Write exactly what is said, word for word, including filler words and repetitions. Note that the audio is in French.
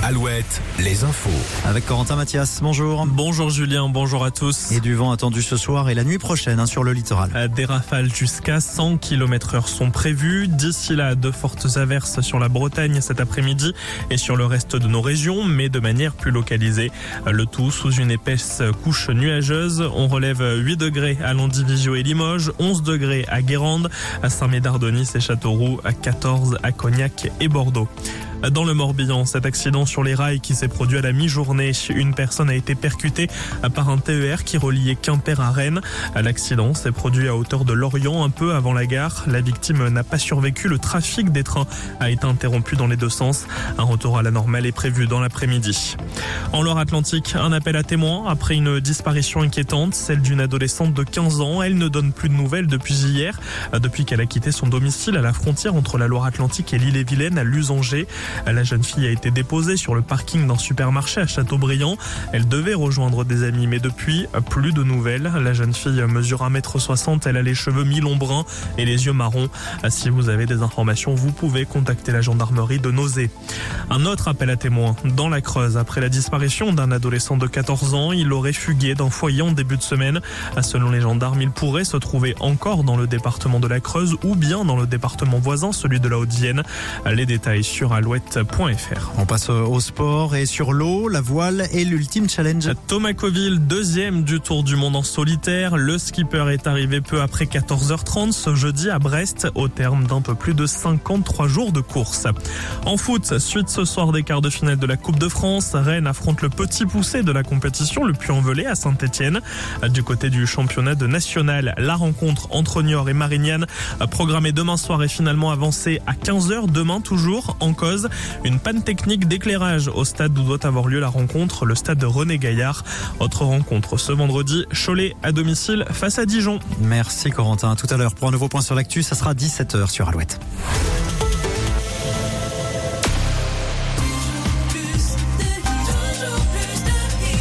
Alouette, les infos. Avec Corentin Mathias, bonjour. Bonjour Julien, bonjour à tous. Et du vent attendu ce soir et la nuit prochaine hein, sur le littoral. Des rafales jusqu'à cent kilomètres heure sont prévues. D'ici là, de fortes averses sur la Bretagne cet après-midi et sur le reste de nos régions, mais de manière plus localisée. Le tout sous une épaisse couche nuageuse. On relève huit degrés à Landivisiau et Limoges, onze degrés à Guérande, à Saint-Médard-de-Nice et Châteauroux, à quatorze à Cognac et Bordeaux. Dans le Morbihan, cet accident sur les rails qui s'est produit à la mi-journée. Une personne a été percutée par un T E R qui reliait Quimper à Rennes. L'accident s'est produit à hauteur de Lorient, un peu avant la gare. La victime n'a pas survécu. Le trafic des trains a été interrompu dans les deux sens. Un retour à la normale est prévu dans l'après-midi. En Loire-Atlantique, un appel à témoins après une disparition inquiétante, celle d'une adolescente de quinze ans. Elle ne donne plus de nouvelles depuis hier, depuis qu'elle a quitté son domicile à la frontière entre la Loire-Atlantique et l'Ille-et-Vilaine à Lusanger. La jeune fille a été déposée sur le parking d'un supermarché à Châteaubriand. Elle devait rejoindre des amis, mais depuis, plus de nouvelles. La jeune fille mesure un mètre soixante, elle a les cheveux mi-longs bruns et les yeux marrons. Si vous avez des informations, vous pouvez contacter la gendarmerie de Nozay. Un autre appel à témoins dans la Creuse. Après la disparition d'un adolescent de quatorze ans, il aurait fugué d'un foyer en début de semaine. Selon les gendarmes, il pourrait se trouver encore dans le département de la Creuse ou bien dans le département voisin, celui de la Haute-Vienne. Les détails sur alouette point f r. On passe au sport et sur l'eau, la voile et l'ultime challenge. Thomas Coville, deuxième du Tour du Monde en solitaire. Le skipper est arrivé peu après quatorze heures trente ce jeudi à Brest au terme d'un peu plus de cinquante-trois jours de course. En foot, suite ce soir des quarts de finale de la Coupe de France, Rennes affronte le petit poussé de la compétition, le Puy-en-Velay à Saint-Etienne. Du côté du championnat de national, la rencontre entre Niort et Marignane, programmée demain soir, est finalement avancée à quinze heures. Demain toujours en cause une panne technique d'éclairage au stade où doit avoir lieu la rencontre, le stade de René Gaillard. Autre rencontre ce vendredi, Cholet à domicile face à Dijon. Merci Corentin. À tout à l'heure pour un nouveau point sur l'actu, ça sera dix-sept heures sur Alouette.